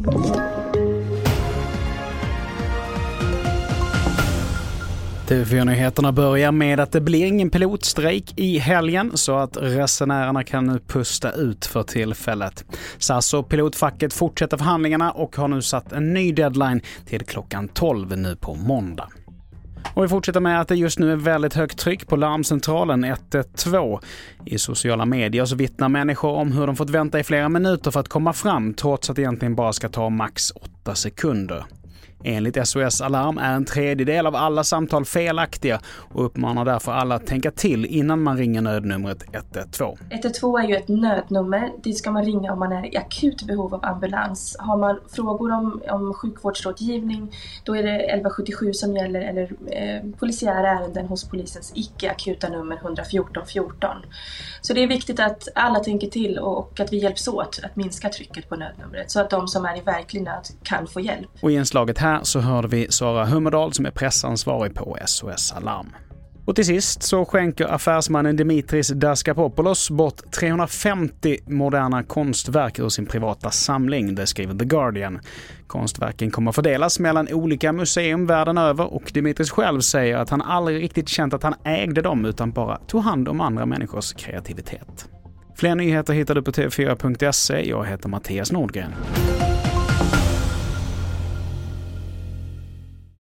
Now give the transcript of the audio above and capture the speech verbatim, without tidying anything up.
T V fyra-nyheterna börjar med att det blir ingen pilotstrejk i helgen så att resenärerna kan nu pusta ut för tillfället. S A S och pilotfacket fortsätter förhandlingarna och har nu satt en ny deadline till klockan tolv nu på måndag. Och vi fortsätter med att det just nu är väldigt högt tryck på larmcentralen ett ett två. I sociala medier så vittnar människor om hur de fått vänta i flera minuter för att komma fram trots att det egentligen bara ska ta max åtta sekunder. Enligt S O S Alarm är en tredjedel av alla samtal felaktiga och uppmanar därför alla att tänka till innan man ringer nödnumret ett ett två. ett ett två är ju ett nödnummer. Dit ska man ringa om man är i akut behov av ambulans. Har man frågor om, om sjukvårdsrådgivning, då är det elva sjuttiosju som gäller, eller eh, polisiära ärenden hos polisens icke-akuta nummer ett fjorton fjorton. Så det är viktigt att alla tänker till och, och att vi hjälps åt att minska trycket på nödnumret så att de som är i verklig nöd kan få hjälp. Och i inslaget här så hörde vi Sara Hummerdal som är pressansvarig på S O S Alarm. Och till sist så skänker affärsmannen Dimitris Daskapopoulos bort trehundrafemtio moderna konstverk ur sin privata samling, det skriver The Guardian. Konstverken kommer fördelas mellan olika museum världen över och Dimitris själv säger att han aldrig riktigt känt att han ägde dem utan bara tog hand om andra människors kreativitet. Fler nyheter hittar du på t v fyra punkt se. Jag heter Mattias Nordgren.